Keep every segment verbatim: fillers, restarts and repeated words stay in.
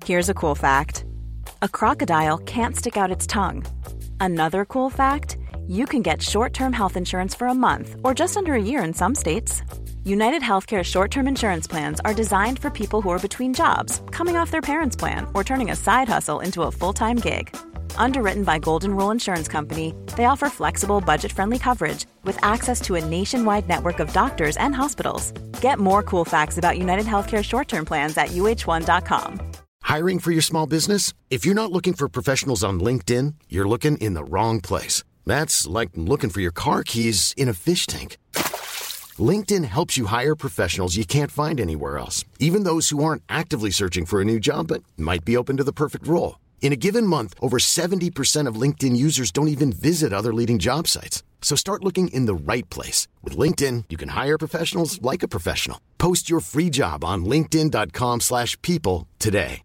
Here's a cool fact. A crocodile can't stick out its tongue. Another cool fact, you can get short-term health insurance for a month or just under a year in some states. United Healthcare short-term insurance plans are designed for people who are between jobs, coming off their parents' plan, or turning a side hustle into a full-time gig. Underwritten by Golden Rule Insurance Company, they offer flexible, budget-friendly coverage with access to a nationwide network of doctors and hospitals. Get more cool facts about United Healthcare short-term plans at U H one dot com. Hiring for your small business? If you're not looking for professionals on LinkedIn, you're looking in the wrong place. That's like looking for your car keys in a fish tank. LinkedIn helps you hire professionals you can't find anywhere else, even those who aren't actively searching for a new job but might be open to the perfect role. In a given month, over seventy percent of LinkedIn users don't even visit other leading job sites. So start looking in the right place. With LinkedIn, you can hire professionals like a professional. Post your free job on linkedin dot com slash people today.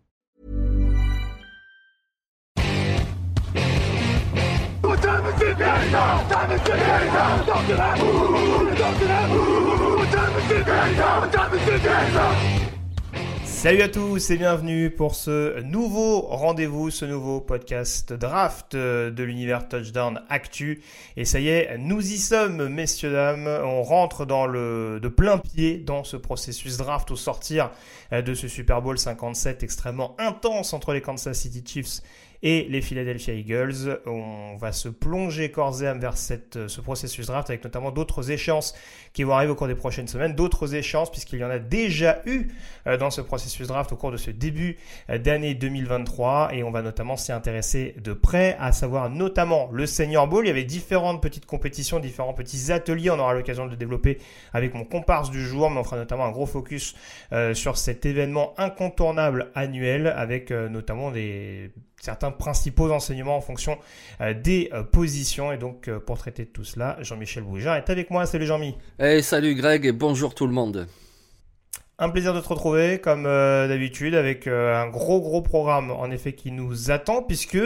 Salut à tous et bienvenue pour ce nouveau rendez-vous, ce nouveau podcast draft de l'univers Touchdown Actu. Et ça y est, nous y sommes, messieurs, dames. On rentre dans le, de plein pied dans ce processus draft au sortir de ce Super Bowl cinquante-sept extrêmement intense entre les Kansas City Chiefs et les Philadelphia Eagles. On va se plonger corps et âme vers cette, ce processus draft avec notamment d'autres échéances qui vont arriver au cours des prochaines semaines, d'autres échéances puisqu'il y en a déjà eu dans ce processus draft au cours de ce début d'année deux mille vingt-trois, et on va notamment s'y intéresser de près, à savoir notamment le Senior Bowl. Il y avait différentes petites compétitions, différents petits ateliers, on aura l'occasion de le développer avec mon comparse du jour, mais on fera notamment un gros focus euh, sur cet événement incontournable annuel avec euh, notamment des... certains principaux enseignements en fonction euh, des euh, positions. Et donc, euh, pour traiter de tout cela, Jean-Michel Boujard est avec moi. Salut Jean-Mi. Hey, salut Greg et bonjour tout le monde. Un plaisir de te retrouver, comme euh, d'habitude, avec euh, un gros gros programme, en effet, qui nous attend, puisque...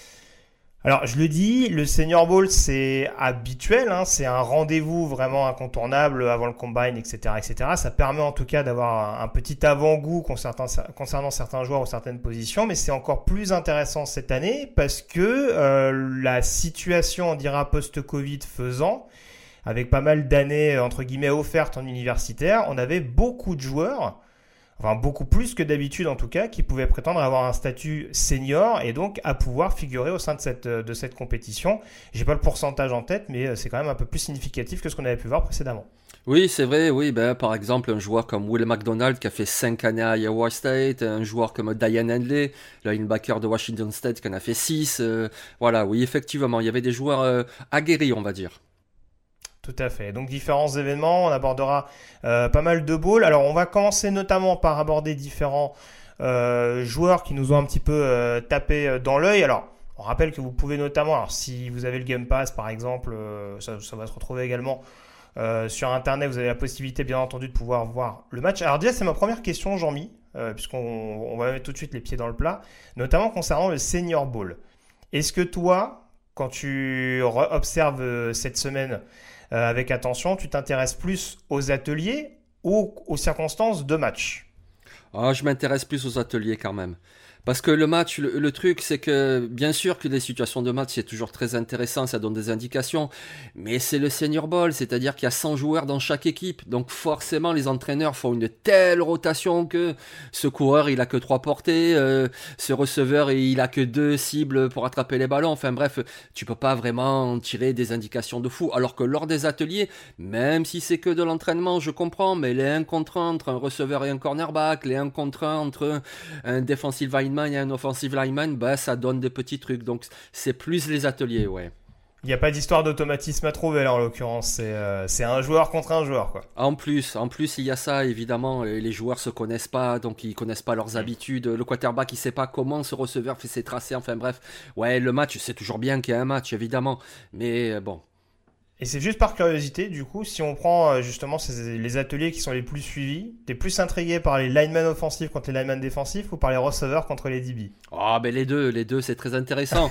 Alors, je le dis, le Senior Bowl, c'est habituel, hein, c'est un rendez-vous vraiment incontournable avant le Combine, et cetera, et cetera. Ça permet en tout cas d'avoir un, un petit avant-goût concernant, concernant certains joueurs ou certaines positions, mais c'est encore plus intéressant cette année parce que euh, la situation, on dira, post-Covid faisant, avec pas mal d'années, entre guillemets, offertes en universitaire, on avait beaucoup de joueurs, enfin beaucoup plus que d'habitude en tout cas, qui pouvaient prétendre avoir un statut senior et donc à pouvoir figurer au sein de cette, de cette compétition. J'ai pas le pourcentage en tête, mais c'est quand même un peu plus significatif que ce qu'on avait pu voir précédemment. Oui, c'est vrai, oui, ben, par exemple, un joueur comme Will McDonald qui a fait cinq années à Iowa State, un joueur comme Diane Handley, le linebacker de Washington State qui en a fait six, euh, voilà, oui, effectivement, il y avait des joueurs euh, aguerris, on va dire. Tout à fait. Donc différents événements, on abordera euh, pas mal de bowls. Alors on va commencer notamment par aborder différents euh, joueurs qui nous ont un petit peu euh, tapé dans l'œil. Alors on rappelle que vous pouvez notamment, alors si vous avez le Game Pass par exemple, euh, ça, ça va se retrouver également euh, sur Internet. Vous avez la possibilité bien entendu de pouvoir voir le match. Alors déjà c'est ma première question, Jean-Mi, euh, puisqu'on on va mettre tout de suite les pieds dans le plat, notamment concernant le Senior Bowl. Est-ce que toi, quand tu observes cette semaine Euh, avec attention, tu t'intéresses plus aux ateliers ou aux circonstances de match? Ah, je m'intéresse plus aux ateliers quand même. Parce que le match, le, le truc, c'est que bien sûr que les situations de match, c'est toujours très intéressant, ça donne des indications, mais c'est le Senior Bowl, c'est-à-dire qu'il y a cent joueurs dans chaque équipe, donc forcément les entraîneurs font une telle rotation que ce coureur, il a que trois portées, euh, ce receveur, il a que deux cibles pour attraper les ballons, enfin bref, tu peux pas vraiment tirer des indications de fou, alors que lors des ateliers, même si c'est que de l'entraînement, je comprends, mais les un contre un entre un receveur et un cornerback, les un contre un entre un defensive lineman et un offensive lineman, bah, ça donne des petits trucs. Donc, c'est plus les ateliers, ouais. Il n'y a pas d'histoire d'automatisme à trouver, là, en l'occurrence. C'est, euh, c'est un joueur contre un joueur, quoi. En plus, en plus, il y a ça, évidemment. Les joueurs se connaissent pas, donc ils connaissent pas leurs habitudes. Le quarterback, il sait pas comment ce receveur fait ses tracés. Enfin, bref. Ouais, le match, c'est toujours bien qu'il y ait un match, évidemment. Mais bon. Et c'est juste par curiosité, du coup, si on prend euh, justement ces, les ateliers qui sont les plus suivis, t'es plus intrigué par les linemen offensifs contre les linemen défensifs ou par les receveurs contre les D B? Oh, ben les deux, les deux, c'est très intéressant.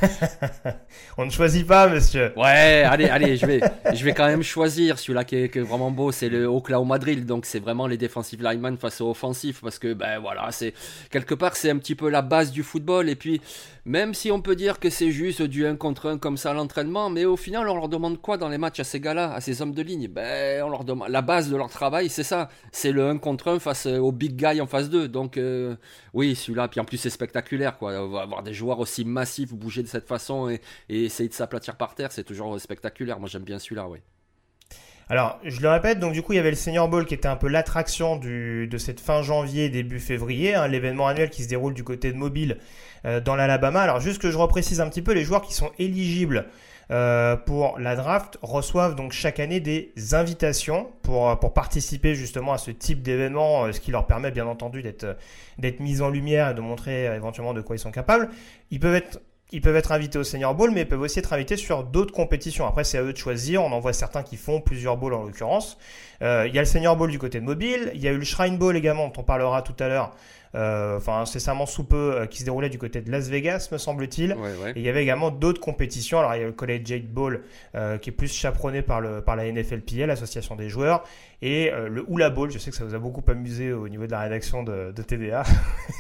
On ne choisit pas, monsieur. Ouais, allez, allez, je vais, je vais quand même choisir celui-là qui est, qui est vraiment beau, c'est le Oklahoma Drill. Donc c'est vraiment les defensive linemen face aux offensifs, parce que ben voilà, c'est quelque part c'est un petit peu la base du football. Et puis même si on peut dire que c'est juste du un contre un comme ça à l'entraînement, mais au final on leur demande quoi dans les matchs à ces gars-là, à ces hommes de ligne? Ben on leur demande la base de leur travail, c'est ça, c'est le un contre un face au big guy en face d'eux. Donc euh, oui, celui-là, puis en plus c'est spectaculaire quoi. On va avoir des joueurs aussi massifs bouger de cette façon et, et essayer de s'aplatir par terre, c'est toujours spectaculaire. Moi j'aime bien celui-là, oui. Alors, je le répète, donc du coup, il y avait le Senior Bowl qui était un peu l'attraction du, de cette fin janvier, début février, hein, l'événement annuel qui se déroule du côté de Mobile euh, dans l'Alabama. Alors, juste que je reprécise un petit peu, les joueurs qui sont éligibles euh, pour la draft reçoivent donc chaque année des invitations pour, pour participer justement à ce type d'événement, euh, ce qui leur permet bien entendu d'être, d'être mis en lumière et de montrer euh, éventuellement de quoi ils sont capables. Ils peuvent être Ils peuvent être invités au Senior Bowl, mais ils peuvent aussi être invités sur d'autres compétitions. Après, c'est à eux de choisir. On en voit certains qui font plusieurs bowls en l'occurrence. Euh, il y a le Senior Bowl du côté de Mobile. Il y a eu le Shrine Bowl également, dont on parlera tout à l'heure. Euh, enfin, incessamment sous peu, euh, qui se déroulait du côté de Las Vegas, me semble-t-il. Ouais, ouais. Et il y avait également d'autres compétitions. Alors, il y a le Collegiate Bowl, euh, qui est plus chaperonné par, le, par la N F L P A, l'association des joueurs. Et euh, le Hula Bowl, je sais que ça vous a beaucoup amusé au niveau de la rédaction de, de T D A.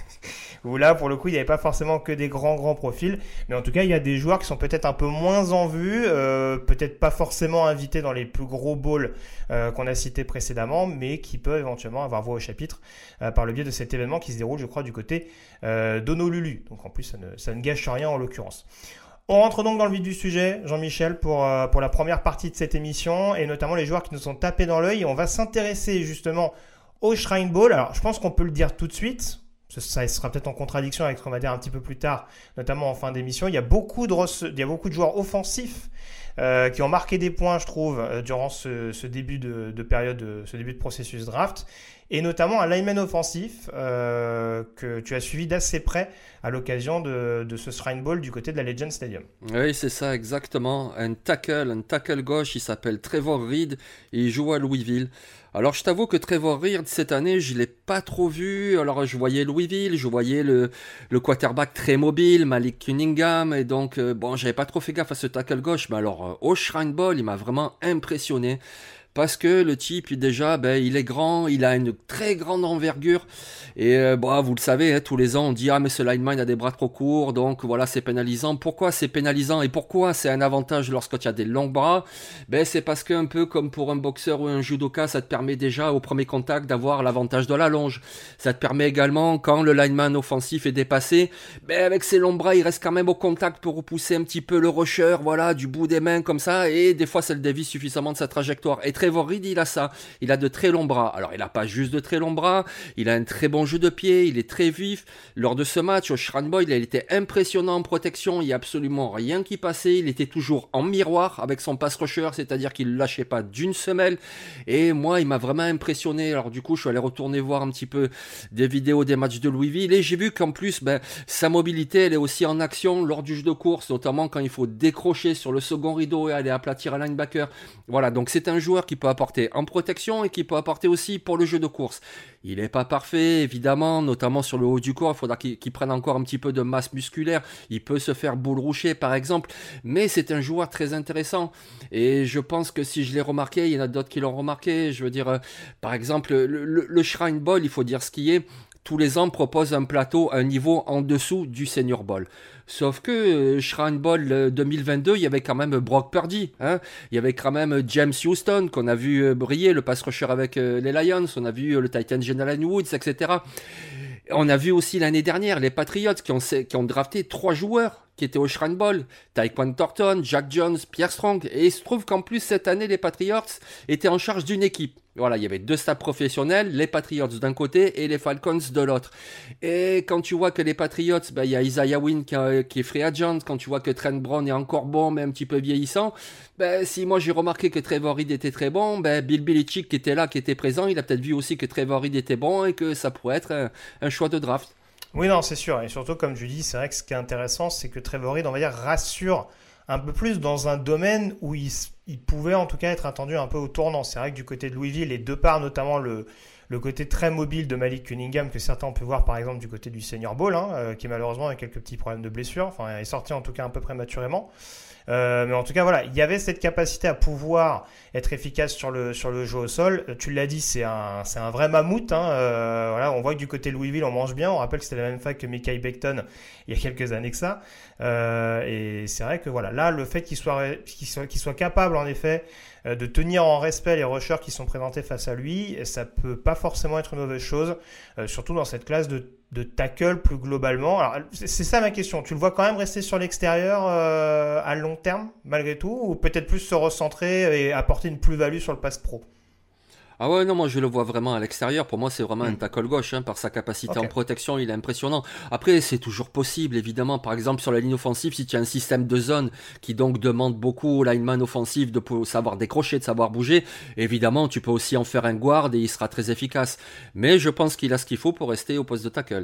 Où là, pour le coup, il n'y avait pas forcément que des grands, grands profils. Mais en tout cas, il y a des joueurs qui sont peut-être un peu moins en vue, euh, peut-être pas forcément invités dans les plus gros bowls euh, qu'on a cités précédemment, mais qui peuvent éventuellement avoir voix au chapitre euh, par le biais de cet événement qui se déroule, je crois, du côté euh, d'Honolulu. Donc en plus, ça ne, ça ne gâche rien en l'occurrence. On rentre donc dans le vif du sujet, Jean-Michel, pour, euh, pour la première partie de cette émission, et notamment les joueurs qui nous sont tapés dans l'œil. Et on va s'intéresser justement au Shrine Bowl. Alors, je pense qu'on peut le dire tout de suite. Ça sera peut-être en contradiction avec ce qu'on va dire un petit peu plus tard, notamment en fin d'émission. Il y a beaucoup de, rece- il y a beaucoup de joueurs offensifs euh, qui ont marqué des points, je trouve, euh, durant ce, ce début de, de période, de, ce début de processus draft. Et notamment un lineman offensif euh, que tu as suivi d'assez près à l'occasion de, de ce Shrine Bowl du côté de la Legend Stadium. Oui, c'est ça, exactement. Un tackle, un tackle gauche, il s'appelle Trevor Reed et il joue à Louisville. Alors, je t'avoue que Trevor Reed, cette année, je ne l'ai pas trop vu. Alors, je voyais Louisville, je voyais le, le quarterback très mobile, Malik Cunningham. Et donc, euh, bon, j'avais pas trop fait gaffe à ce tackle gauche. Mais alors, euh, au Shrine Bowl, il m'a vraiment impressionné. Parce que le type, déjà, ben, il est grand, il a une très grande envergure. Et euh, bon, vous le savez, hein, tous les ans, on dit « Ah, mais ce lineman a des bras trop courts, donc voilà, c'est pénalisant. » Pourquoi c'est pénalisant et pourquoi c'est un avantage lorsque tu as des longs bras? Ben, c'est parce qu'un peu comme pour un boxeur ou un judoka, ça te permet déjà, au premier contact, d'avoir l'avantage de la longe. Ça te permet également, quand le lineman offensif est dépassé, ben, avec ses longs bras, il reste quand même au contact pour repousser un petit peu le rusher, voilà, du bout des mains comme ça, et des fois, ça le dévie suffisamment de sa trajectoire. Et très Trevor Reed, il a ça, il a de très longs bras. Alors il n'a pas juste de très longs bras, il a un très bon jeu de pied, il est très vif. Lors de ce match au Shrine Bowl, il était impressionnant en protection, il n'y a absolument rien qui passait, il était toujours en miroir avec son pass rusher, c'est-à-dire qu'il ne lâchait pas d'une semelle. Et moi, il m'a vraiment impressionné. Alors du coup, je suis allé retourner voir un petit peu des vidéos des matchs de Louisville et j'ai vu qu'en plus, ben, sa mobilité, elle est aussi en action lors du jeu de course, notamment quand il faut décrocher sur le second rideau et aller aplatir un linebacker. Voilà, donc c'est un joueur qui peut apporter en protection et qui peut apporter aussi pour le jeu de course. Il n'est pas parfait, évidemment, notamment sur le haut du corps, il faudra qu'il, qu'il prenne encore un petit peu de masse musculaire. Il peut se faire boule roucher, par exemple, mais c'est un joueur très intéressant. Et je pense que si je l'ai remarqué, il y en a d'autres qui l'ont remarqué. Je veux dire, euh, par exemple, le, le, le Shrine Bowl, il faut dire ce qui est. Tous les ans, propose un plateau, un niveau en dessous du Senior Bowl. Sauf que euh, Shrine Bowl euh, deux mille vingt-deux, il y avait quand même Brock Purdy. Hein, il y avait quand même James Houston, qu'on a vu euh, briller, le pass rusher avec euh, les Lions. On a vu euh, le Titan Jalen Woods, et cetera. On a vu aussi l'année dernière les Patriots qui ont, qui ont drafté trois joueurs qui étaient au Shrine Bowl, Tyquan Thornton, Jack Jones, Pierre Strong. Et il se trouve qu'en plus, cette année, les Patriots étaient en charge d'une équipe. Voilà, il y avait deux staffs professionnels, les Patriots d'un côté et les Falcons de l'autre. Et quand tu vois que les Patriots, ben, il y a Isaiah Wynn qui, a, qui est free agent, quand tu vois que Trent Brown est encore bon, mais un petit peu vieillissant, ben, si moi j'ai remarqué que Trevor Reed était très bon, ben, Bill Belichick qui était là, qui était présent, il a peut-être vu aussi que Trevor Reed était bon et que ça pourrait être un, un choix de draft. Oui, non, c'est sûr. Et surtout, comme tu dis, c'est vrai que ce qui est intéressant, c'est que Trevor Reed, on va dire, rassure un peu plus dans un domaine où il, il pouvait en tout cas être attendu un peu au tournant. C'est vrai que du côté de Louisville, et de part notamment le, le côté très mobile de Malik Cunningham, que certains ont pu voir par exemple du côté du Senior Bowl, hein, euh, qui malheureusement a quelques petits problèmes de blessure, enfin il est sorti en tout cas un peu prématurément. Euh, mais en tout cas, voilà, il y avait cette capacité à pouvoir être efficace sur le, sur le jeu au sol. Euh, tu l'as dit, c'est un, c'est un vrai mammouth. Hein. Euh, voilà, on voit que du côté de Louisville, on mange bien. On rappelle que c'était la même fac que Mekhi Becton il y a quelques années que ça. Euh, et c'est vrai que voilà, là, le fait qu'il soit, qu'il soit, qu'il soit capable, en effet, euh, de tenir en respect les rushers qui sont présentés face à lui, ça peut pas forcément être une mauvaise chose, euh, surtout dans cette classe de de tackle plus globalement. Alors, c'est ça ma question. Tu le vois quand même rester sur l'extérieur euh, à long terme, malgré tout, ou peut-être plus se recentrer et apporter une plus-value sur le pass pro? Ah ouais, non, moi je le vois vraiment à l'extérieur. Pour moi, c'est vraiment mmh. un tackle gauche. Hein, par sa capacité okay. en protection, il est impressionnant. Après, c'est toujours possible, évidemment. Par exemple, sur la ligne offensive, si tu as un système de zone qui donc demande beaucoup au lineman offensif de savoir décrocher, de savoir bouger, évidemment, tu peux aussi en faire un guard et il sera très efficace. Mais je pense qu'il a ce qu'il faut pour rester au poste de tackle.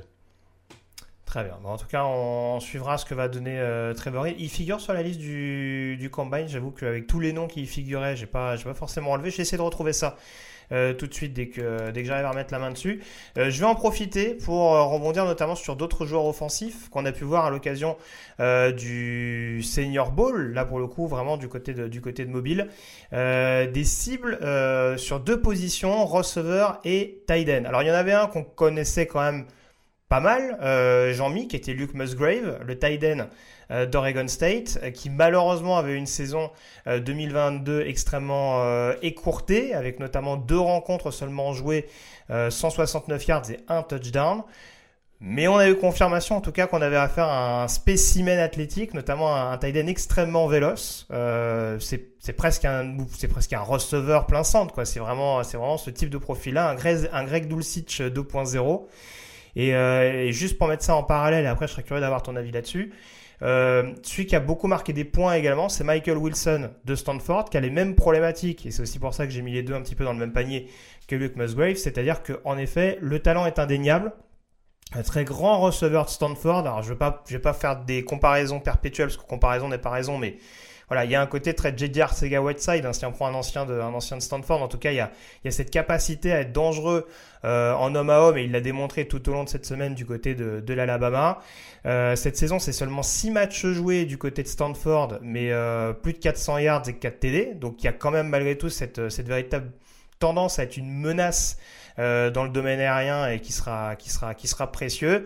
Très bien. Bon, en tout cas, on suivra ce que va donner euh, Trevor Hill. Il figure sur la liste du, du Combine. J'avoue qu'avec tous les noms qui y figuraient, j'ai pas, j'ai pas forcément enlevé. J'ai essayé de retrouver ça euh, tout de suite dès que, dès que j'arrive à remettre la main dessus. Euh, je vais en profiter pour euh, rebondir notamment sur d'autres joueurs offensifs qu'on a pu voir à l'occasion euh, du Senior Bowl. Là, pour le coup, vraiment du côté de, du côté de mobile. Euh, des cibles euh, sur deux positions, receveur et tight end. Alors, il y en avait un qu'on connaissait quand même pas mal, euh, Jean-Mi, qui était Luke Musgrave, le tight end euh, d'Oregon State, euh, qui malheureusement avait une saison euh, deux mille vingt-deux extrêmement euh, écourtée, avec notamment deux rencontres seulement jouées, euh, cent soixante-neuf yards et un touchdown. Mais on a eu confirmation en tout cas qu'on avait affaire à un spécimen athlétique, notamment un, un tight end extrêmement véloce. Euh, c'est, c'est presque un, c'est presque un receveur plein centre, quoi. C'est vraiment, c'est vraiment ce type de profil-là, un Greg, un Greg Dulcich deux point zéro. Et, euh, et juste pour mettre ça en parallèle, et après je serais curieux d'avoir ton avis là-dessus, euh, celui qui a beaucoup marqué des points également, c'est Michael Wilson de Stanford, qui a les mêmes problématiques, et c'est aussi pour ça que j'ai mis les deux un petit peu dans le même panier que Luke Musgrave, c'est-à-dire qu'en effet, le talent est indéniable, un très grand receveur de Stanford. Alors je ne vais pas, je vais pas faire des comparaisons perpétuelles, parce que comparaison n'est pas raison, mais voilà, il y a un côté très J J Arcega-Whiteside, hein, si on prend un ancien, de, un ancien de Stanford. En tout cas, il y a, il y a cette capacité à être dangereux euh, en homme à homme, et il l'a démontré tout au long de cette semaine du côté de, de l'Alabama. Euh, cette saison, c'est seulement six matchs joués du côté de Stanford, mais euh, plus de quatre cents yards et quatre T D. Donc il y a quand même malgré tout cette, cette véritable tendance à être une menace euh, dans le domaine aérien, et qui sera, qui sera, qui sera précieux.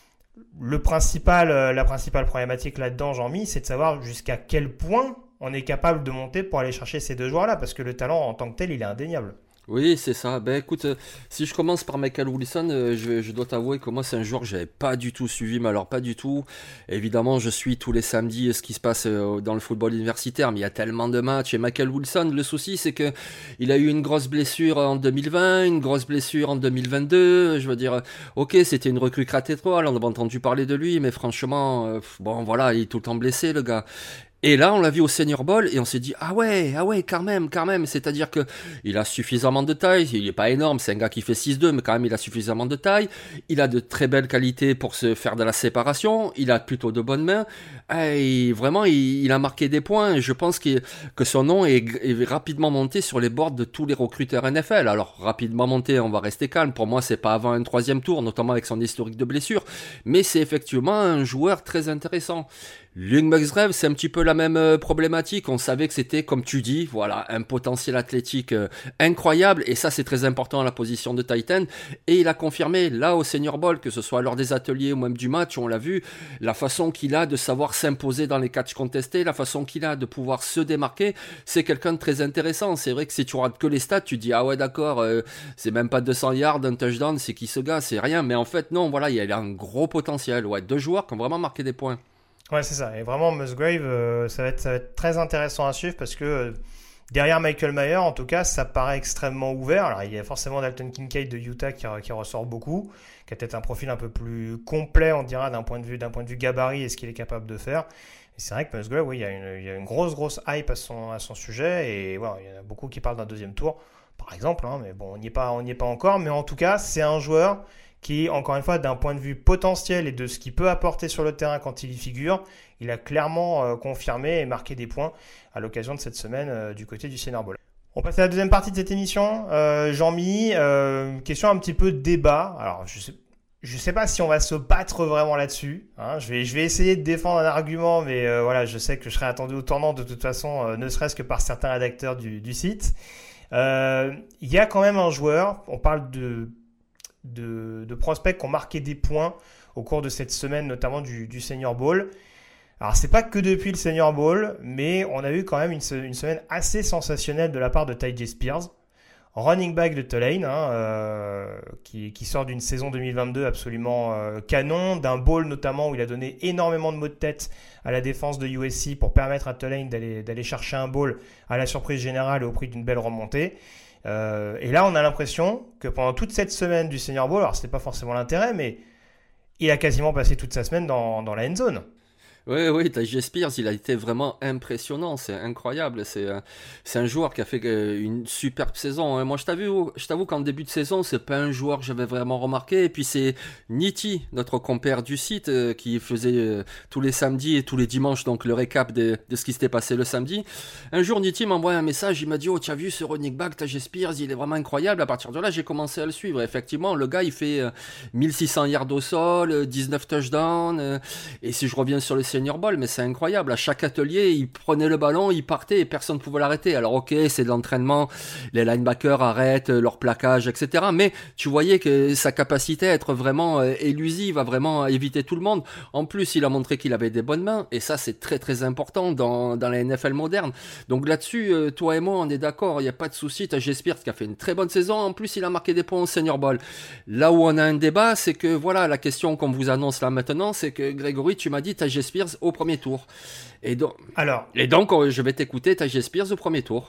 Le principal, la principale problématique là-dedans, Jean-Mi, c'est de savoir jusqu'à quel point on est capable de monter pour aller chercher ces deux joueurs-là, parce que le talent en tant que tel, il est indéniable. Oui, c'est ça. Ben écoute, euh, si je commence par Michael Wilson, euh, je, je dois t'avouer que moi, c'est un joueur que j'avais pas du tout suivi, mais alors pas du tout. Évidemment, je suis tous les samedis ce qui se passe euh, dans le football universitaire, mais il y a tellement de matchs. Et Michael Wilson, le souci, c'est que il a eu une grosse blessure en deux mille vingt, une grosse blessure en deux mille vingt-deux. Je veux dire, ok, c'était une recrue cathédrale, on a entendu parler de lui, mais franchement, euh, bon, voilà, il est tout le temps blessé, le gars. Et là, on l'a vu au Senior Bowl et on s'est dit ah ouais, ah ouais, quand même, quand même. C'est-à-dire que il a suffisamment de taille. Il est pas énorme, c'est un gars qui fait six deux, mais quand même, il a suffisamment de taille. Il a de très belles qualités pour se faire de la séparation. Il a plutôt de bonnes mains. Et vraiment, il, il a marqué des points. Et je pense que, que son nom est, est rapidement monté sur les boards de tous les recruteurs N F L. Alors rapidement monté, on va rester calme. Pour moi, c'est pas avant un troisième tour, notamment avec son historique de blessure. Mais c'est effectivement un joueur très intéressant. Luke Musgrave, c'est un petit peu la même euh, problématique. On savait que c'était, comme tu dis, voilà, un potentiel athlétique euh, incroyable. Et ça, c'est très important à la position de tight end. Et il a confirmé, là, au Senior Bowl, que ce soit lors des ateliers ou même du match, on l'a vu, la façon qu'il a de savoir s'imposer dans les catchs contestés, la façon qu'il a de pouvoir se démarquer, c'est quelqu'un de très intéressant. C'est vrai que si tu regardes que les stats, tu dis, ah ouais, d'accord, euh, c'est même pas deux cents yards, un touchdown, c'est qui ce gars, c'est rien. Mais en fait, non, voilà, il a un gros potentiel. Ouais, deux joueurs qui ont vraiment marqué des points. Ouais, c'est ça. Et vraiment, Musgrave, euh, ça va être, ça va être très intéressant à suivre, parce que euh, derrière Michael Mayer, en tout cas, ça paraît extrêmement ouvert. Alors, il y a forcément Dalton Kincaid de Utah qui, qui ressort beaucoup, qui a peut-être un profil un peu plus complet, on dira, d'un point de vue, d'un point de vue gabarit et ce qu'il est capable de faire. Et c'est vrai que Musgrave, oui, il y a une, il y a une grosse, grosse hype à son, à son sujet. Et voilà, il y en a beaucoup qui parlent d'un deuxième tour, par exemple. Hein, mais bon, on n'y est pas, on n'y est pas encore. Mais en tout cas, c'est un joueur qui, encore une fois, d'un point de vue potentiel et de ce qu'il peut apporter sur le terrain quand il y figure, il a clairement euh, confirmé et marqué des points à l'occasion de cette semaine euh, du côté du Senior Bowl. On passe à la deuxième partie de cette émission. Euh, Jean-Mi, euh, question un petit peu de débat. Alors, je sais, je sais pas si on va se battre vraiment là-dessus. Hein. Je vais, je vais essayer de défendre un argument, mais euh, voilà, je sais que je serai attendu au tournant de toute façon, euh, ne serait-ce que par certains rédacteurs du, du site. Il euh, y a quand même un joueur, on parle de, de, de prospects qui ont marqué des points au cours de cette semaine, notamment du, du Senior Bowl. Alors, c'est pas que depuis le Senior Bowl, mais on a eu quand même une, une semaine assez sensationnelle de la part de Tyjae Spears, running back de Tulane, hein, euh, qui, qui sort d'une saison deux mille vingt-deux absolument euh, canon, d'un bowl notamment où il a donné énormément de maux de tête à la défense de U S C pour permettre à Tulane d'aller, d'aller chercher un bowl à la surprise générale et au prix d'une belle remontée. Euh, et là, on a l'impression que pendant toute cette semaine du Senior Bowl, alors c'était pas forcément l'intérêt, mais il a quasiment passé toute sa semaine dans, dans la end zone. Oui, oui, Tyjae Spears, il a été vraiment impressionnant, c'est incroyable, c'est, euh, c'est un joueur qui a fait euh, une superbe saison. Moi, je t'avoue, je t'avoue qu'en début de saison, c'est pas un joueur que j'avais vraiment remarqué, et puis c'est Nitti, notre compère du site, euh, qui faisait euh, tous les samedis et tous les dimanches, donc le récap de, de ce qui s'était passé le samedi. Un jour, Nitti m'a envoyé un message, il m'a dit « Oh, tu as vu ce running back, Tyjae Spears, il est vraiment incroyable ». À partir de là, j'ai commencé à le suivre. Effectivement, le gars, il fait euh, mille six cents yards au sol, euh, dix-neuf touchdowns, euh, et si je reviens sur le Senior Bowl, mais c'est incroyable. À chaque atelier, il prenait le ballon, il partait et personne ne pouvait l'arrêter. Alors ok, c'est de l'entraînement, les linebackers arrêtent leur plaquage, et cetera. Mais tu voyais que sa capacité à être vraiment euh, élusive, à vraiment éviter tout le monde. En plus, il a montré qu'il avait des bonnes mains et ça, c'est très très important dans, dans la N F L moderne. Donc là-dessus, euh, toi et moi, on est d'accord, il n'y a pas de souci. Tyjae Spears qui a fait une très bonne saison. En plus, il a marqué des points au Senior Bowl. Là où on a un débat, c'est que voilà, la question qu'on vous annonce là maintenant, c'est que Grégory, tu m'as dit Tyjae Spears au premier tour. Et donc, alors, et donc je vais t'écouter, Tyjae Spears au premier tour.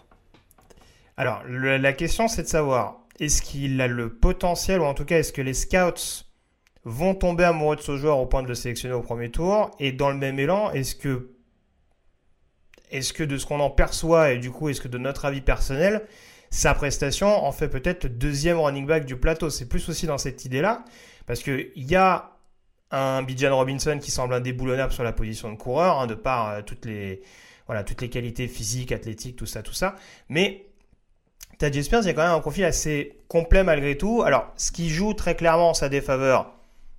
Alors, le, la question, c'est de savoir, est-ce qu'il a le potentiel, ou en tout cas, est-ce que les scouts vont tomber amoureux de ce joueur au point de le sélectionner au premier tour? Et dans le même élan, est-ce que, est-ce que de ce qu'on en perçoit, et du coup, est-ce que de notre avis personnel, sa prestation en fait peut-être le deuxième running back du plateau? C'est plus aussi dans cette idée-là, parce qu'il y a un Bijan Robinson qui semble indéboulonnable sur la position de coureur, hein, de par euh, toutes les voilà toutes les qualités physiques, athlétiques, tout ça, tout ça. Mais Tyjae Spears, il y a quand même un profil assez complet malgré tout. Alors, ce qui joue très clairement en sa défaveur,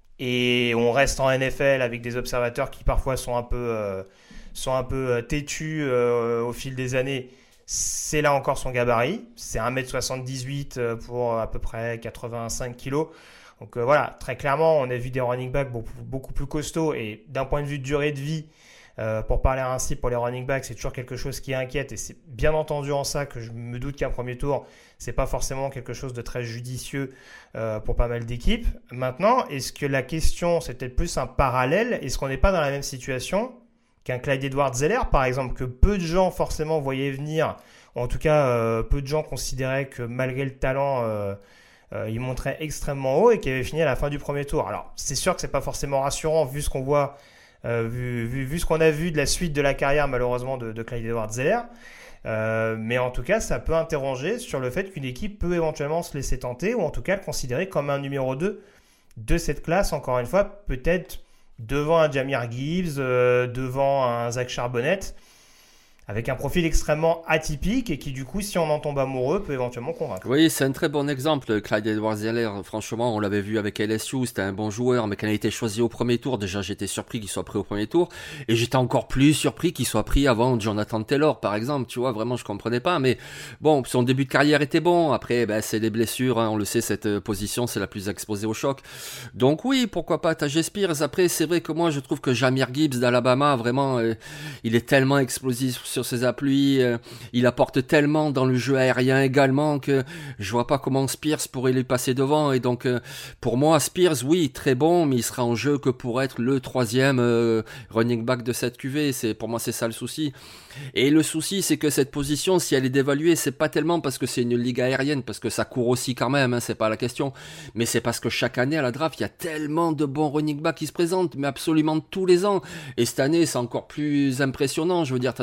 et on reste en N F L avec des observateurs qui parfois sont un peu euh, sont un peu euh, têtus euh, au fil des années, c'est là encore son gabarit. C'est un mètre soixante-dix-huit pour à peu près quatre-vingt-cinq kilos. Donc euh, voilà, très clairement, on a vu des running backs beaucoup, beaucoup plus costauds et d'un point de vue de durée de vie, euh, pour parler ainsi pour les running backs, c'est toujours quelque chose qui inquiète et c'est bien entendu en ça que je me doute qu'un premier tour, c'est pas forcément quelque chose de très judicieux euh, pour pas mal d'équipes. Maintenant, est-ce que la question, c'est peut-être plus un parallèle? Est-ce qu'on n'est pas dans la même situation qu'un Clyde Edwards-Helaire, par exemple, que peu de gens forcément voyaient venir, ou en tout cas euh, peu de gens considéraient que malgré le talent, euh, euh, il montrait extrêmement haut et qui avait fini à la fin du premier tour. Alors, c'est sûr que c'est pas forcément rassurant vu ce qu'on voit, euh, vu, vu, vu ce qu'on a vu de la suite de la carrière malheureusement de, de Clyde Edwards-Helaire. Euh, mais en tout cas, ça peut interroger sur le fait qu'une équipe peut éventuellement se laisser tenter ou en tout cas le considérer comme un numéro deux de cette classe, encore une fois, peut-être devant un Jahmyr Gibbs, euh, devant un Zach Charbonnet, avec un profil extrêmement atypique et qui du coup, si on en tombe amoureux, peut éventuellement convaincre. Oui, c'est un très bon exemple, Clyde Edwards-Helaire. Franchement, on l'avait vu avec L S U, c'était un bon joueur, mais quand il a été choisi au premier tour, déjà j'étais surpris qu'il soit pris au premier tour, et j'étais encore plus surpris qu'il soit pris avant Jonathan Taylor, par exemple. Tu vois, vraiment, je comprenais pas, mais bon, son début de carrière était bon. Après, ben, c'est les blessures, hein, on le sait, cette position, c'est la plus exposée au choc. Donc oui, pourquoi pas Tyjae Spears. Après, c'est vrai que moi, je trouve que Jahmyr Gibbs d'Alabama, vraiment, euh, il est tellement explosif sur ses appuis, euh, il apporte tellement dans le jeu aérien également que je vois pas comment Spears pourrait lui passer devant. Et donc euh, pour moi Spears, oui, très bon, mais il sera en jeu que pour être le troisième euh, running back de cette Q V. C'est, pour moi c'est ça le souci. Et le souci, c'est que cette position, si elle est dévaluée, c'est pas tellement parce que c'est une ligue aérienne, parce que ça court aussi quand même, hein, c'est pas la question, mais c'est parce que chaque année à la draft, il y a tellement de bons running backs qui se présentent, mais absolument tous les ans. Et cette année, c'est encore plus impressionnant. Je veux dire, t'en as déjà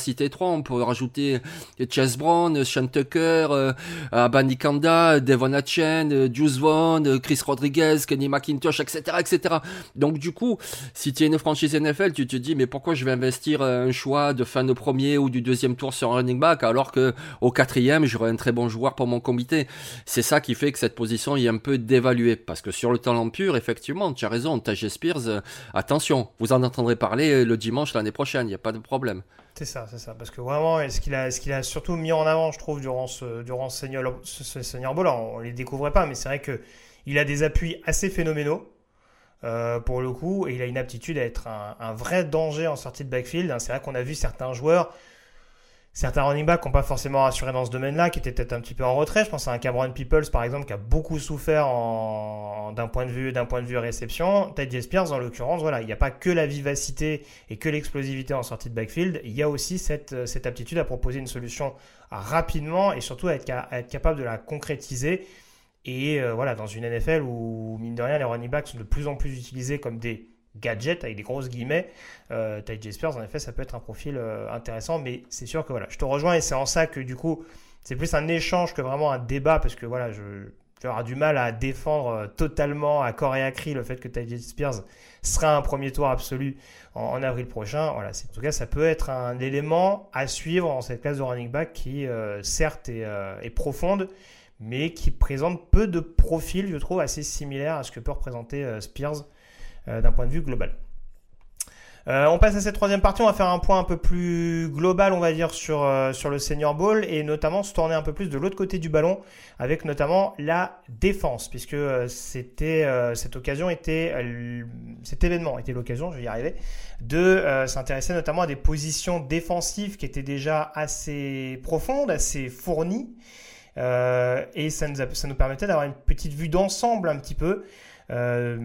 citer trois, on peut rajouter Chase Brown, Sean Tucker, euh, Abanikanda, Devon Achane, euh, Juice Vaughn, euh, Chris Rodriguez, Kenny McIntosh, et cetera, et cetera. Donc du coup, si tu es une franchise N F L, tu te dis mais pourquoi je vais investir un choix de fin de premier ou du deuxième tour sur un running back alors que au quatrième j'aurai un très bon joueur pour mon comité. C'est ça qui fait que cette position est un peu dévaluée, parce que sur le talent pur, effectivement, tu as raison, Tyjae Spears, euh, attention, vous en entendrez parler le dimanche l'année prochaine, il n'y a pas de problème. C'est ça, c'est ça, parce que vraiment, ce qu'il a, ce qu'il a surtout mis en avant, je trouve, durant ce, durant ce Senior, ce, ce Senior Bowl, on ne les découvrait pas, mais c'est vrai qu'il a des appuis assez phénoménaux, euh, pour le coup, et il a une aptitude à être un, un vrai danger en sortie de backfield. C'est vrai qu'on a vu certains joueurs, certains running backs qui n'ont pas forcément rassuré dans ce domaine-là, qui étaient peut-être un petit peu en retrait. Je pense à un Cameron Peoples, par exemple, qui a beaucoup souffert en, d'un point de vue, d'un point de vue réception. Tyjae Spears, en l'occurrence, voilà, il n'y a pas que la vivacité et que l'explosivité en sortie de backfield. Il y a aussi cette, cette aptitude à proposer une solution rapidement et surtout à être, à être capable de la concrétiser. Et euh, voilà, dans une N F L où, mine de rien, les running backs sont de plus en plus utilisés comme des gadget avec des grosses guillemets, euh, Tyjae Spears en effet ça peut être un profil euh, intéressant, mais c'est sûr que voilà, je te rejoins et c'est en ça que du coup c'est plus un échange que vraiment un débat, parce que voilà, je, je vais avoir du mal à défendre euh, totalement à corps et à cri le fait que Tyjae Spears sera un premier tour absolu en, en avril prochain. Voilà, c'est, en tout cas ça peut être un élément à suivre dans cette classe de running back qui euh, certes est, euh, est profonde, mais qui présente peu de profils, je trouve, assez similaires à ce que peut représenter euh, Spears Euh, d'un point de vue global. Euh, on passe à cette troisième partie, on va faire un point un peu plus global, on va dire, sur, euh, sur le Senior Bowl, et notamment se tourner un peu plus de l'autre côté du ballon, avec notamment la défense, puisque euh, c'était, euh, cette occasion était, euh, cet événement était l'occasion, je vais y arriver, de euh, s'intéresser notamment à des positions défensives qui étaient déjà assez profondes, assez fournies, euh, et ça nous, a, ça nous permettait d'avoir une petite vue d'ensemble un petit peu, euh,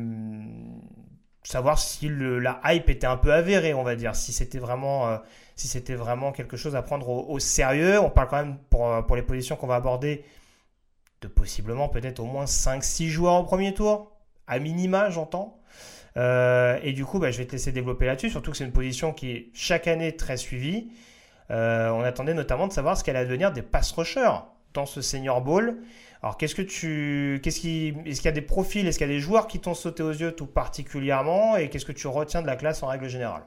savoir si le, la hype était un peu avérée, on va dire, si c'était vraiment, euh, si c'était vraiment quelque chose à prendre au, au sérieux. On parle quand même, pour, pour les positions qu'on va aborder, de possiblement peut-être au moins cinq six joueurs au premier tour, à minima, j'entends. Euh, et du coup, bah, je vais te laisser développer là-dessus, surtout que c'est une position qui est chaque année très suivie. Euh, on attendait notamment de savoir ce qu'allait devenir des pass rushers dans ce Senior Bowl. Alors, qu'est-ce que tu, qu'est-ce qui, est-ce qu'il y a des profils, est-ce qu'il y a des joueurs qui t'ont sauté aux yeux tout particulièrement, et qu'est-ce que tu retiens de la classe en règle générale?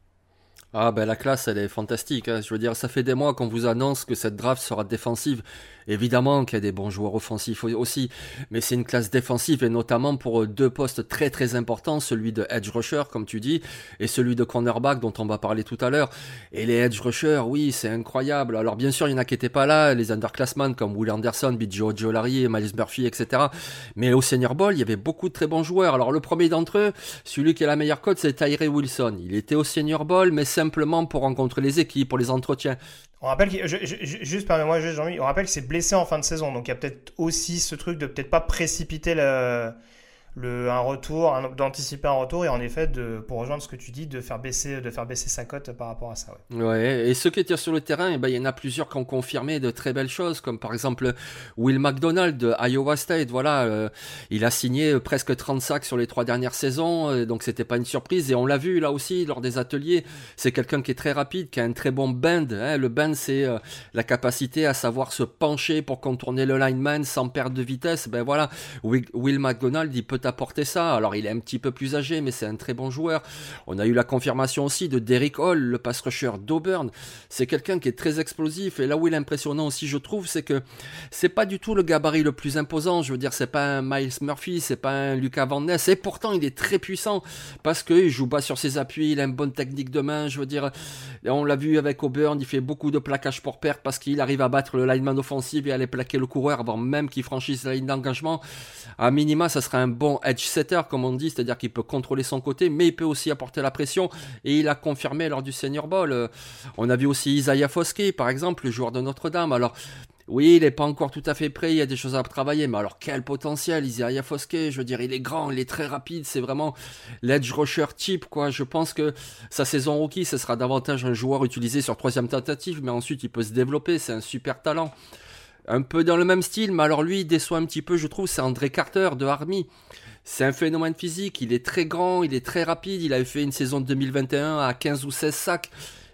Ah ben la classe elle est fantastique, hein. Je veux dire, ça fait des mois qu'on vous annonce que cette draft sera défensive. Évidemment qu'il y a des bons joueurs offensifs aussi, mais c'est une classe défensive, et notamment pour deux postes très très importants, celui de edge rusher comme tu dis, et celui de cornerback dont on va parler tout à l'heure. Et les edge rushers, oui, c'est incroyable. Alors bien sûr il y en a qui n'étaient pas là, les underclassmen comme Will Anderson, B J Ojolari, Miles Murphy, et cetera. Mais au Senior Bowl il y avait beaucoup de très bons joueurs. Alors le premier d'entre eux, celui qui a la meilleure cote, c'est Tyree Wilson. Il était au Senior Bowl, mais simplement pour rencontrer les équipes, pour les entretiens. On rappelle que, je, je, juste permets-moi, juste Jean-Mi, on rappelle que c'est blessé en fin de saison, donc il y a peut-être aussi ce truc de peut-être pas précipiter le, le, un retour, un, d'anticiper un retour, et en effet, de, pour rejoindre ce que tu dis, de faire baisser, de faire baisser sa cote par rapport à ça. Ouais, ouais, et ceux qui étaient sur le terrain, eh ben, il y en a plusieurs qui ont confirmé de très belles choses, comme par exemple Will McDonald de Iowa State. Voilà, euh, il a signé presque trente sacs sur les trois dernières saisons, euh, donc c'était pas une surprise, et on l'a vu là aussi lors des ateliers. C'est quelqu'un qui est très rapide, qui a un très bon bend, hein. Le bend, c'est euh, la capacité à savoir se pencher pour contourner le lineman sans perdre de vitesse. Ben voilà, Will, Will McDonald, il peut apporter ça. Alors il est un petit peu plus âgé, mais c'est un très bon joueur. On a eu la confirmation aussi de Derrick Hall, le pass rusher d'Auburn. C'est quelqu'un qui est très explosif, et là où il est impressionnant aussi, je trouve, c'est que c'est pas du tout le gabarit le plus imposant. Je veux dire, c'est pas un Miles Murphy, c'est pas un Lucas Van Ness, et pourtant il est très puissant parce qu'il joue bas sur ses appuis, il a une bonne technique de main. Je veux dire, on l'a vu avec Auburn, il fait beaucoup de plaquage pour perte parce qu'il arrive à battre le lineman offensif et à aller plaquer le coureur avant même qu'il franchisse la ligne d'engagement. À minima, ça sera un bon edge setter, comme on dit, c'est-à-dire qu'il peut contrôler son côté, mais il peut aussi apporter la pression, et il a confirmé lors du Senior Bowl. Euh, on a vu aussi Isaiah Foskey, par exemple, le joueur de Notre-Dame. Alors, oui, il n'est pas encore tout à fait prêt, il y a des choses à travailler, mais alors quel potentiel, Isaiah Foskey, je veux dire, il est grand, il est très rapide, c'est vraiment l'edge rusher type, quoi. Je pense que sa saison rookie, ce sera davantage un joueur utilisé sur troisième tentative, mais ensuite il peut se développer, c'est un super talent. Un peu dans le même style, mais alors lui, il déçoit un petit peu, je trouve, c'est André Carter de Army. C'est un phénomène physique, il est très grand, il est très rapide, il avait fait une saison de deux mille vingt et un à quinze ou seize sacs.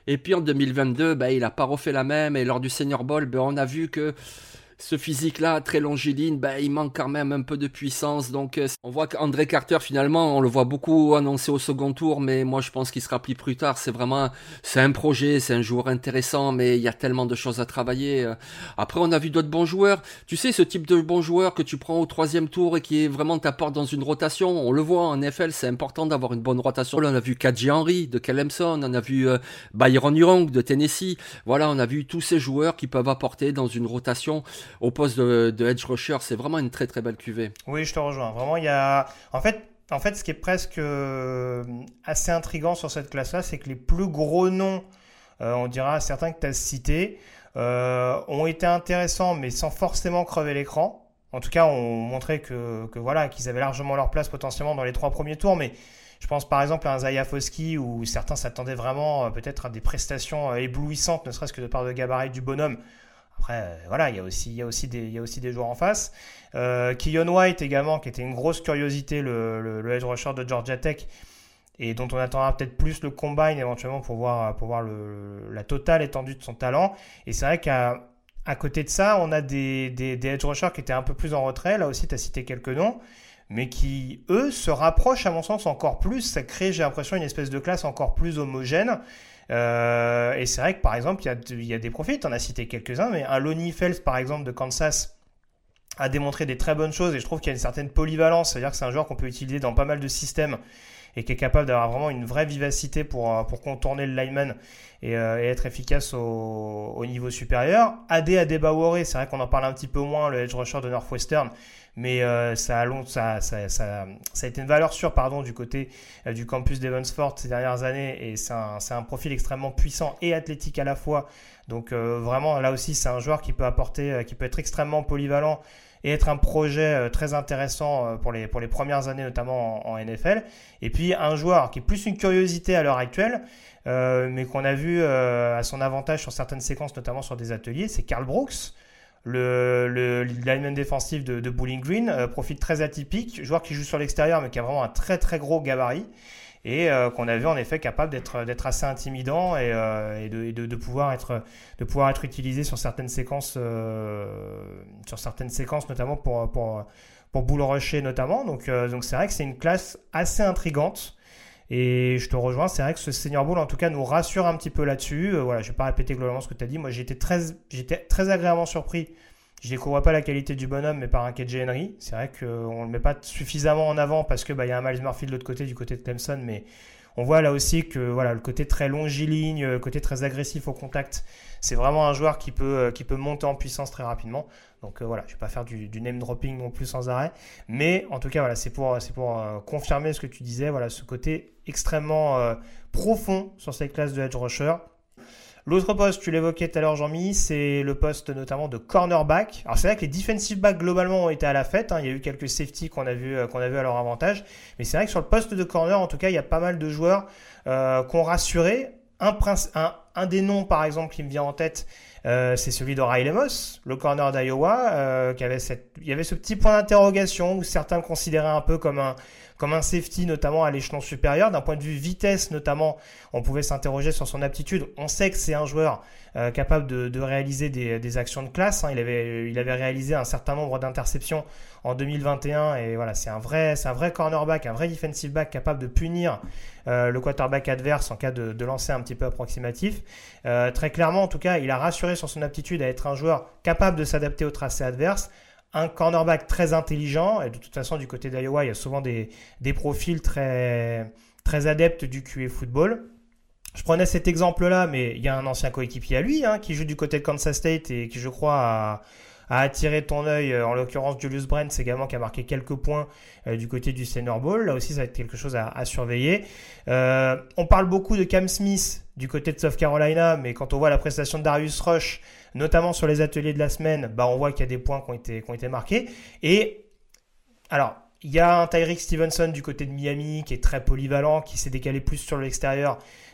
Et puis en deux mille vingt-deux, ben, il n'a pas refait la même. Et lors du Senior Bowl, ben, on a vu que ce physique-là, très longiligne, ben, il manque quand même un peu de puissance. Donc, euh, on voit qu'André Carter, finalement, on le voit beaucoup annoncé au second tour, mais moi, je pense qu'il sera pris plus tard. C'est vraiment, c'est un projet, c'est un joueur intéressant, mais il y a tellement de choses à travailler. Après, on a vu d'autres bons joueurs. Tu sais, ce type de bon joueur que tu prends au troisième tour et qui est vraiment t'apporte dans une rotation. On le voit en N F L, c'est important d'avoir une bonne rotation. Là, on a vu Kadji Henry de Clemson, on a vu euh, Byron Young de Tennessee. Voilà, on a vu tous ces joueurs qui peuvent apporter dans une rotation au poste de, de edge rusher. C'est vraiment une très très belle cuvée. Oui, je te rejoins. Vraiment, il y a... En fait, en fait ce qui est presque euh, assez intriguant sur cette classe-là, c'est que les plus gros noms, euh, on dira certains que tu as cités, euh, ont été intéressants, mais sans forcément crever l'écran. En tout cas, on montrait que, que voilà, qu'ils avaient largement leur place potentiellement dans les trois premiers tours, mais je pense par exemple à un Zaya Foskey où certains s'attendaient vraiment euh, peut-être à des prestations euh, éblouissantes, ne serait-ce que de par le gabarit du bonhomme. Après, euh, voilà, il y a aussi, il y a aussi des, il y a aussi des joueurs en face. Euh, Keyon White également, qui était une grosse curiosité, le, le, le edge rusher de Georgia Tech, et dont on attendra peut-être plus le combine éventuellement pour voir, pour voir le, la totale étendue de son talent. Et c'est vrai qu'à à côté de ça, on a des, des, des edge rushers qui étaient un peu plus en retrait. Là aussi, tu as cité quelques noms, mais qui, eux, se rapprochent à mon sens encore plus. Ça crée, j'ai l'impression, une espèce de classe encore plus homogène. Euh, et c'est vrai que par exemple, il y a, il y a des profils, tu en as cité quelques-uns, mais un Lonnie Phelps par exemple de Kansas a démontré des très bonnes choses et je trouve qu'il y a une certaine polyvalence, c'est-à-dire que c'est un joueur qu'on peut utiliser dans pas mal de systèmes et qui est capable d'avoir vraiment une vraie vivacité pour, pour contourner le lineman et, euh, et être efficace au, au niveau supérieur. Adé Adebawore, c'est vrai qu'on en parle un petit peu moins, le edge rusher de Northwestern, mais euh, ça, a long, ça, ça, ça, ça a été une valeur sûre pardon, du côté euh, du campus d'Evansford ces dernières années et c'est un, c'est un profil extrêmement puissant et athlétique à la fois. Donc euh, vraiment là aussi c'est un joueur qui peut apporter, euh, qui peut être extrêmement polyvalent et être un projet euh, très intéressant euh, pour les, pour les premières années notamment en, en N F L. Et puis un joueur qui est plus une curiosité à l'heure actuelle, euh, mais qu'on a vu euh, à son avantage sur certaines séquences, notamment sur des ateliers, c'est Karl Brooks. Le, le lineman défensif de, de Bowling Green, euh, profil très atypique, joueur qui joue sur l'extérieur mais qui a vraiment un très très gros gabarit et euh, qu'on a vu en effet capable d'être, d'être assez intimidant et, euh, et, de, et de, de, pouvoir être, de pouvoir être utilisé sur certaines séquences, euh, sur certaines séquences notamment pour, pour, pour bull rusher notamment. Donc, euh, donc c'est vrai que c'est une classe assez intrigante. Et je te rejoins, c'est vrai que ce Senior Bowl en tout cas nous rassure un petit peu là-dessus. Euh, voilà, je ne vais pas répéter globalement ce que tu as dit. Moi j'étais très, j'étais très agréablement surpris. Je ne découvre pas la qualité du bonhomme, mais par un K J Henry. C'est vrai qu'on ne le met pas suffisamment en avant parce qu'il bah, y a un Myles Murphy de l'autre côté, du côté de Clemson. Mais on voit là aussi que voilà, le côté très longiligne, le côté très agressif au contact, c'est vraiment un joueur qui peut, qui peut monter en puissance très rapidement. Donc euh, voilà, je ne vais pas faire du, du name dropping non plus sans arrêt. Mais en tout cas, voilà, c'est pour, c'est pour euh, confirmer ce que tu disais. Voilà, ce côté extrêmement euh, profond sur cette classe de edge rusher. L'autre poste, tu l'évoquais tout à l'heure Jean-Mi, c'est le poste notamment de cornerback. Alors c'est vrai que les defensive backs globalement ont été à la fête, hein. Il y a eu quelques safety qu'on a vu, euh, qu'on a vu à leur avantage. Mais c'est vrai que sur le poste de corner, en tout cas, il y a pas mal de joueurs euh, qui ont rassuré. Un, prince, un, un des noms par exemple qui me vient en tête, euh, c'est celui de Riley Moss, le corner d'Iowa, euh, qui avait cette, il y avait ce petit point d'interrogation où certains le considéraient un peu comme un, comme un safety, notamment à l'échelon supérieur. D'un point de vue vitesse, notamment, on pouvait s'interroger sur son aptitude. On sait que c'est un joueur euh, capable de, de réaliser des, des actions de classe. Hein. Il avait, il avait réalisé un certain nombre d'interceptions en deux mille vingt et un et voilà, c'est un vrai, c'est un vrai cornerback, un vrai defensive back capable de punir euh, le quarterback adverse en cas de, de lancer un petit peu approximatif. Euh, très clairement, en tout cas, il a rassuré sur son aptitude à être un joueur capable de s'adapter au tracé adverse. Un cornerback très intelligent, et de toute façon du côté d'Iowa, il y a souvent des, des profils très, très adeptes du Q A football. Je prenais cet exemple-là, mais il y a un ancien coéquipier à lui, hein, qui joue du côté de Kansas State et qui, je crois, a, a attiré ton œil, en l'occurrence Julius Brents également, qui a marqué quelques points euh, du côté du Senior Bowl. Là aussi, ça va être quelque chose à, à surveiller. Euh, on parle beaucoup de Cam Smith du côté de South Carolina, mais quand on voit la prestation de Darius Rush, notamment sur les ateliers de la semaine, bah on voit qu'il y a des points qui ont été, qui ont été marqués. Et alors, il y a un Tyreek Stevenson du côté de Miami qui est très polyvalent, qui s'est décalé plus sur l'extérieur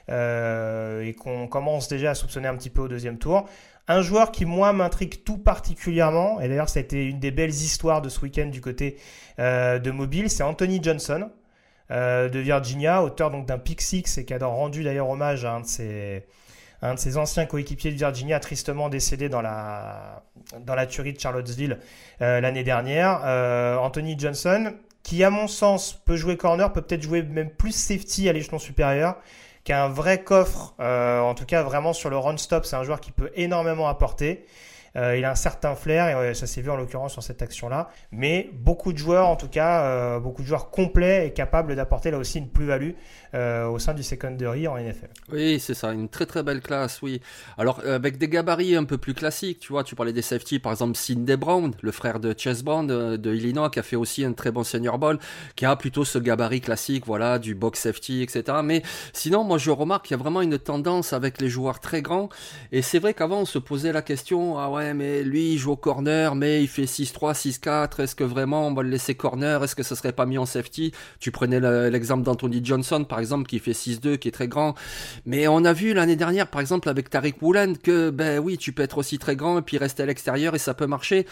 euh, et qu'on commence déjà à soupçonner un petit peu au deuxième tour. Un joueur qui, moi, m'intrigue tout particulièrement, et d'ailleurs, ça a été une des belles histoires de ce week-end du côté euh, de Mobile, c'est Anthony Johnson euh, de Virginia, auteur donc d'un pick six et qui a rendu d'ailleurs hommage à un de ses... un de ses anciens coéquipiers de Virginia, tristement décédé dans la, dans la tuerie de Charlottesville euh, l'année dernière. Euh, Anthony Johnson, qui à mon sens peut jouer corner, peut peut-être jouer même plus safety à l'échelon supérieur, qui a un vrai coffre, euh, en tout cas vraiment sur le run-stop, c'est un joueur qui peut énormément apporter. Euh, il a un certain flair, et euh, ça s'est vu en l'occurrence sur cette action-là. Mais beaucoup de joueurs, en tout cas, euh, beaucoup de joueurs complets et capables d'apporter là aussi une plus-value euh, au sein du secondary en N F L. Oui, c'est ça, une très très belle classe, oui. Alors, euh, avec des gabarits un peu plus classiques, tu vois, tu parlais des safety, par exemple, Sidney Brown, le frère de Chase Brown de, de Illinois, qui a fait aussi un très bon senior ball, qui a plutôt ce gabarit classique, voilà, du box safety, et cetera. Mais sinon, moi, je remarque qu'il y a vraiment une tendance avec les joueurs très grands. Et c'est vrai qu'avant, on se posait la question, ah ouais, mais lui il joue au corner, mais il fait six trois, six quatre, est-ce que vraiment on va le laisser corner, est-ce que ça serait pas mis en safety? Tu prenais le, l'exemple d'Anthony Johnson par exemple, qui fait six deux, qui est très grand, mais on a vu l'année dernière par exemple avec Tariq Woolen que ben oui, tu peux être aussi très grand et puis rester à l'extérieur et ça peut marcher.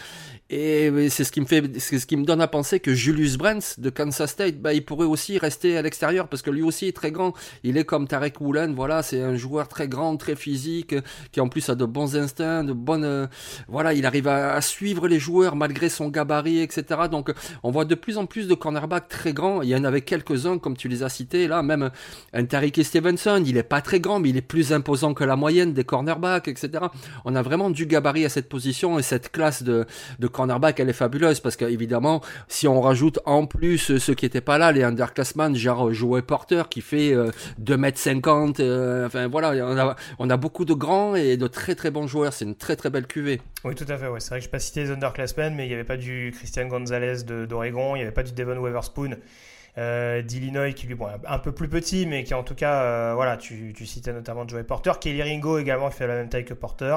Et c'est ce qui me fait, c'est ce qui me donne à penser que Julius Brents de Kansas State, ben il pourrait aussi rester à l'extérieur parce que lui aussi est très grand, il est comme Tariq Woolen, voilà, c'est un joueur très grand, très physique, qui en plus a de bons instincts, de bonnes euh, voilà, il arrive à, à suivre les joueurs malgré son gabarit, et cetera. Donc, on voit de plus en plus de cornerbacks très grands. Il y en avait quelques-uns, comme tu les as cités, là, même un Tariq Stevenson, il est pas très grand, mais il est plus imposant que la moyenne des cornerbacks, et cetera. On a vraiment du gabarit à cette position et cette classe de, de cornerback, elle est fabuleuse parce qu'évidemment, si on rajoute en plus ceux qui étaient pas là, les underclassmen, genre Joey Porter qui fait euh, deux mètres cinquante, euh, enfin voilà, on a, on a beaucoup de grands et de très très bons joueurs. C'est une très très belle cuvée. Oui, tout à fait. Ouais. C'est vrai que je n'ai pas cité les underclassmen, mais il n'y avait pas du Christian Gonzalez de, d'Oregon, il n'y avait pas du Devon Witherspoon euh, d'Illinois, qui lui, bon, un peu plus petit, mais qui en tout cas, euh, voilà, tu, tu citais notamment Joey Porter, Kelly Ringo également, qui fait la même taille que Porter.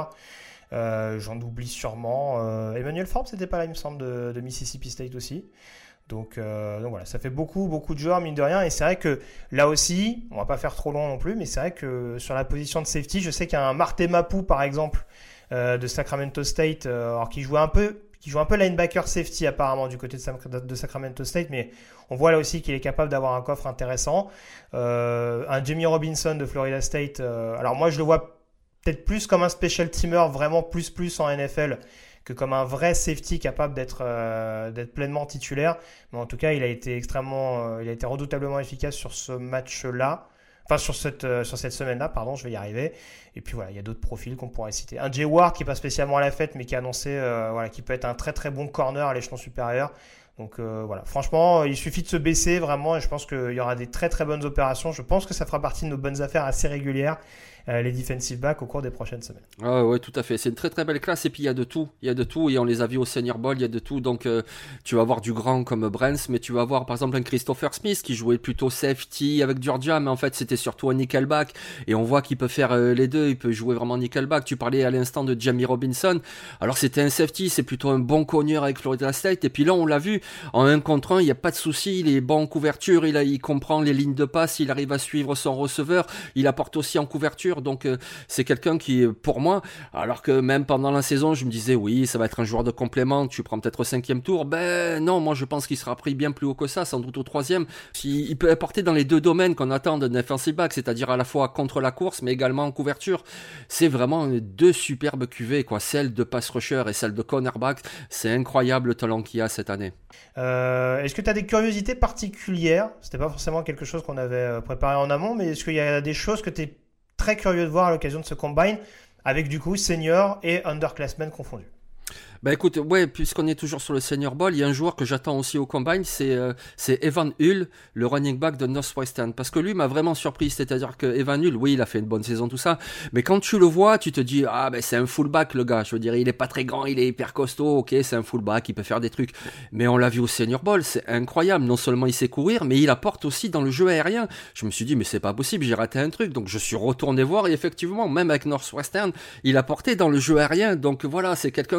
Euh, j'en oublie sûrement. Euh, Emmanuel Forbes, c'était pas là, il me semble, de, de Mississippi State aussi. Donc, euh, donc voilà, ça fait beaucoup, beaucoup de joueurs, mine de rien. Et c'est vrai que là aussi, on va pas faire trop long non plus, mais c'est vrai que sur la position de safety, je sais qu'il y a un Marte Mapu, par exemple, euh, de Sacramento State, euh, alors qui joue un peu, qui joue un peu linebacker safety apparemment du côté de, de Sacramento State, mais on voit là aussi qu'il est capable d'avoir un coffre intéressant. Euh, un Jamie Robinson de Florida State, euh, alors moi je le vois peut-être plus comme un special teamer, vraiment plus plus en N F L, que comme un vrai safety capable d'être, euh, d'être pleinement titulaire. Mais en tout cas, il a été extrêmement, euh, il a été redoutablement efficace sur ce match-là. Enfin, sur cette, euh, sur cette semaine-là, pardon, je vais y arriver. Et puis voilà, il y a d'autres profils qu'on pourrait citer. Un Jay Ward qui n'est pas spécialement à la fête, mais qui a annoncé euh, voilà, qui peut être un très très bon corner à l'échelon supérieur. Donc euh, voilà, franchement, il suffit de se baisser vraiment et je pense qu'il y aura des très très bonnes opérations. Je pense que ça fera partie de nos bonnes affaires assez régulières, euh, les defensive backs, au cours des prochaines semaines. Ah ouais, tout à fait. C'est une très très belle classe et puis il y a de tout. Il y a de tout et on les a vus au Senior Bowl, il y a de tout. Donc euh, tu vas avoir du grand comme Brents, mais tu vas avoir par exemple un Christopher Smith qui jouait plutôt safety avec Georgia, mais en fait c'était surtout un nickelback et on voit qu'il peut faire euh, les deux. Il peut jouer vraiment nickelback. Tu parlais à l'instant de Jamie Robinson. Alors c'était un safety, c'est plutôt un bon cogneur avec Florida State et puis là on l'a vu. En un contre un, il n'y a pas de souci, il est bon en couverture, il, a, il comprend les lignes de passe, il arrive à suivre son receveur, il apporte aussi en couverture, donc euh, c'est quelqu'un qui, pour moi, alors que même pendant la saison, je me disais, oui, ça va être un joueur de complément, tu prends peut-être au cinquième tour, ben non, moi je pense qu'il sera pris bien plus haut que ça, sans doute au troisième. Il, il peut apporter dans les deux domaines qu'on attend d'un defensive back, c'est-à-dire à la fois contre la course, mais également en couverture. C'est vraiment deux superbes cuvées, quoi, celle de pass rusher et celle de cornerback, c'est incroyable le talent qu'il y a cette année. Euh, est-ce que tu as des curiosités particulières? C'était pas forcément quelque chose qu'on avait préparé en amont, mais est-ce qu'il y a des choses que tu es très curieux de voir à l'occasion de ce combine, avec du coup senior et underclassmen confondus? Bah écoute, ouais, puisqu'on est toujours sur le Senior Bowl, il y a un joueur que j'attends aussi au Combine, c'est euh, c'est Evan Hull, le running back de Northwestern, parce que lui m'a vraiment surpris, c'est-à-dire que Evan Hull, oui, il a fait une bonne saison, tout ça, mais quand tu le vois, tu te dis, ah ben c'est un fullback le gars, je veux dire, il est pas très grand, il est hyper costaud, ok, c'est un fullback, il peut faire des trucs, mais on l'a vu au Senior Bowl, c'est incroyable, non seulement il sait courir, mais il apporte aussi dans le jeu aérien. Je me suis dit, mais c'est pas possible, j'ai raté un truc, donc je suis retourné voir, et effectivement, même avec Northwestern, il apportait dans le jeu aérien, donc voilà, c'est quelqu'un qui a un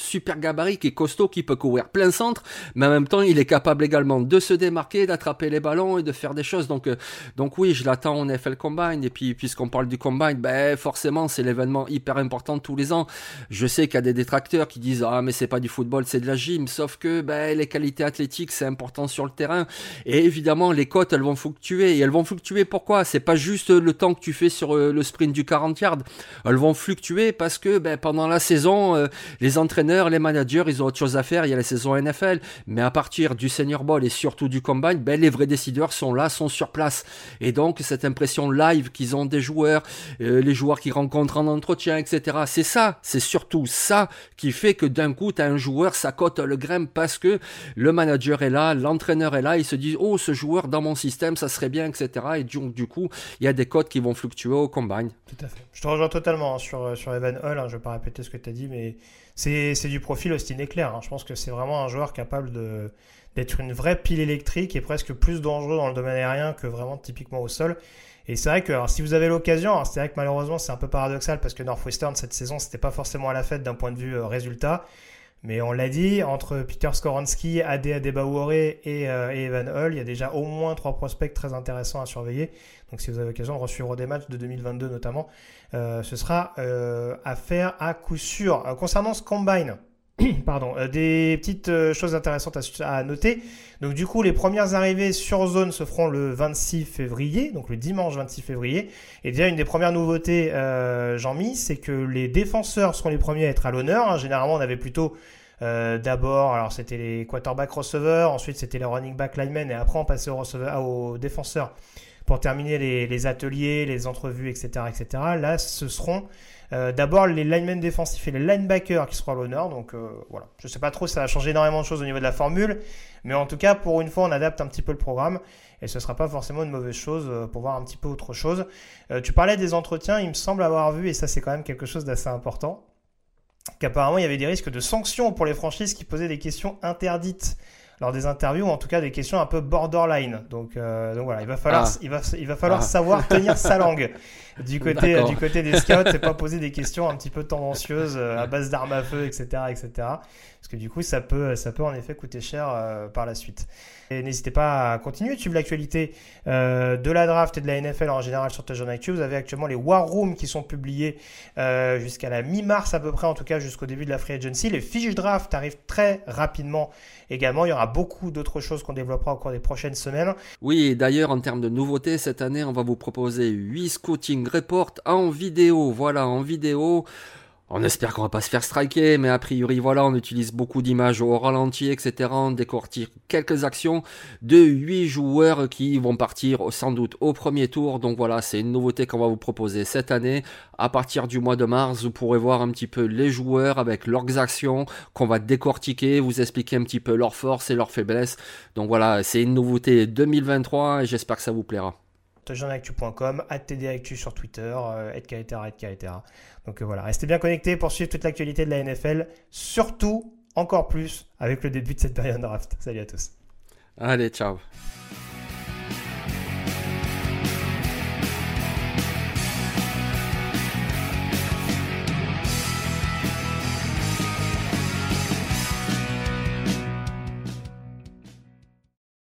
super gabarit, qui est costaud, qui peut courir plein centre, mais en même temps, il est capable également de se démarquer, d'attraper les ballons et de faire des choses. Donc, euh, donc oui, je l'attends en N F L Combine. Et puis, puisqu'on parle du Combine, ben, forcément, c'est l'événement hyper important tous les ans. Je sais qu'il y a des détracteurs qui disent, ah, mais c'est pas du football, c'est de la gym. Sauf que, ben, les qualités athlétiques, c'est important sur le terrain. Et évidemment, les cotes, elles vont fluctuer. Et elles vont fluctuer pourquoi? C'est pas juste le temps que tu fais sur euh, le sprint du quarante yards. Elles vont fluctuer parce que, ben, pendant la saison, euh, les entraîneurs, les managers, ils ont autre chose à faire. Il y a la saison N F L. Mais à partir du Senior Bowl et surtout du Combine, ben, les vrais décideurs sont là, sont sur place. Et donc, cette impression live qu'ils ont des joueurs, euh, les joueurs qu'ils rencontrent en entretien, et cetera. C'est ça, c'est surtout ça qui fait que d'un coup, tu as un joueur, sa cote le grimpe parce que le manager est là, l'entraîneur est là, il se dit, oh, ce joueur dans mon système, ça serait bien, et cetera. Et donc, du coup, il y a des cotes qui vont fluctuer au Combine. Tout à fait. Je te rejoins totalement hein, sur, sur Evan Hull, hein, je ne vais pas répéter ce que tu as dit, mais c'est, c'est du profil Austin Ekeler. Hein. Je pense que c'est vraiment un joueur capable de, d'être une vraie pile électrique et presque plus dangereux dans le domaine aérien que vraiment typiquement au sol. Et c'est vrai que alors, si vous avez l'occasion, alors c'est vrai que malheureusement c'est un peu paradoxal parce que Northwestern cette saison c'était pas forcément à la fête d'un point de vue euh, résultat. Mais on l'a dit, entre Peter Skoronski, Ade Adebayor et, euh, et Evan Hull, il y a déjà au moins trois prospects très intéressants à surveiller. Donc si vous avez l'occasion de resuivre des matchs de deux mille vingt-deux notamment, euh, ce sera euh, à faire à coup sûr. Euh, concernant ce Combine, pardon, euh, des petites euh, choses intéressantes à, à noter. Donc du coup, les premières arrivées sur zone se feront le vingt-six février, donc le dimanche vingt-six février. Et déjà, une des premières nouveautés, euh, Jean-Mi, c'est que les défenseurs seront les premiers à être à l'honneur. Hein. Généralement, on avait plutôt euh, d'abord, alors c'était les quarterback receveurs, ensuite c'était les running back linemen, et après on passait aux, receveurs, aux défenseurs pour terminer les, les ateliers, les entrevues, et cetera, et cetera. Là, ce seront Euh, d'abord les linemen défensifs et les linebackers qui seront à l'honneur. Donc euh, voilà, je ne sais pas trop si ça va changer énormément de choses au niveau de la formule, mais en tout cas pour une fois on adapte un petit peu le programme et ce ne sera pas forcément une mauvaise chose euh, pour voir un petit peu autre chose. Euh, tu parlais des entretiens, il me semble avoir vu, et ça c'est quand même quelque chose d'assez important, qu'apparemment il y avait des risques de sanctions pour les franchises qui posaient des questions interdites lors des interviews, ou en tout cas des questions un peu borderline. Donc, euh, donc voilà, il va falloir, ah. il va, il va falloir ah. savoir tenir sa langue. Du côté, du côté des scouts, c'est pas poser des questions un petit peu tendancieuses à base d'armes à feu, et cetera, et cetera. Parce que du coup, ça peut, ça peut en effet coûter cher euh, par la suite. Et n'hésitez pas à continuer de suivre l'actualité euh, de la draft et de la N F L en général sur Touchdown Actu. Vous avez actuellement les War Rooms qui sont publiés euh, jusqu'à la mi-mars à peu près, en tout cas jusqu'au début de la Free Agency. Les fiches draft arrivent très rapidement également. Il y aura beaucoup d'autres choses qu'on développera au cours des prochaines semaines. Oui, et d'ailleurs, en termes de nouveautés, cette année, on va vous proposer huit scouting reports en vidéo. Voilà, en vidéo. On espère qu'on va pas se faire striker, mais a priori, voilà, on utilise beaucoup d'images au ralenti, et cetera. On décortique quelques actions de huit joueurs qui vont partir sans doute au premier tour. Donc voilà, c'est une nouveauté qu'on va vous proposer cette année. À partir du mois de mars, vous pourrez voir un petit peu les joueurs avec leurs actions qu'on va décortiquer, vous expliquer un petit peu leurs forces et leurs faiblesses. Donc voilà, c'est une nouveauté deux mille vingt-trois et j'espère que ça vous plaira. touchdown actu point com, arobase T D Actu sur Twitter, euh, et cetera, et cetera. Donc euh, voilà, restez bien connectés pour suivre toute l'actualité de la N F L, surtout encore plus avec le début de cette période draft. Salut à tous. Allez, ciao.